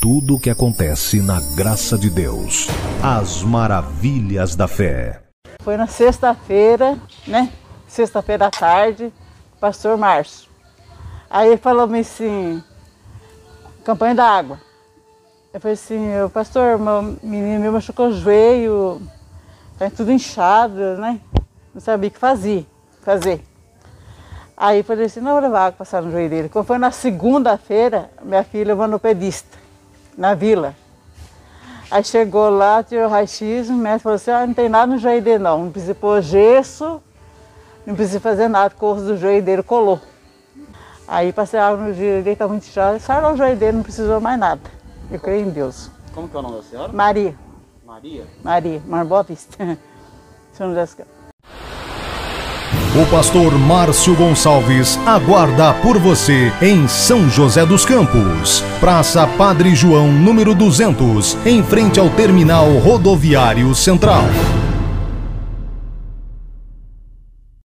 tudo o que acontece na graça de Deus. As maravilhas da fé. Foi na sexta-feira, né? Sexta-feira à tarde, pastor Márcio. Aí ele falou-me assim, campanha da água. Eu falei assim, pastor, meu menino me machucou o joelho, tá tudo inchado, né? Não sabia o que fazer. Aí eu falei assim, não vou levar água passar no joelho dele. Quando foi na segunda-feira, minha filha levou no pedista, na vila. Aí chegou lá, tirou o raio-x, o médico falou assim, não tem nada no joelho dele não precisa pôr gesso, não precisa fazer nada, o osso do joelho dele colou. Aí passei água no joelho dele, estava muito inchado, sarou o joelho dele, não precisou mais nada. Eu creio em Deus. Como que é o nome da senhora? Maria. Maria? Maria, Mar Boa Vista. São José dos Campos. O pastor Márcio Gonçalves aguarda por você em São José dos Campos. Praça Padre João, número 200, em frente ao Terminal Rodoviário Central.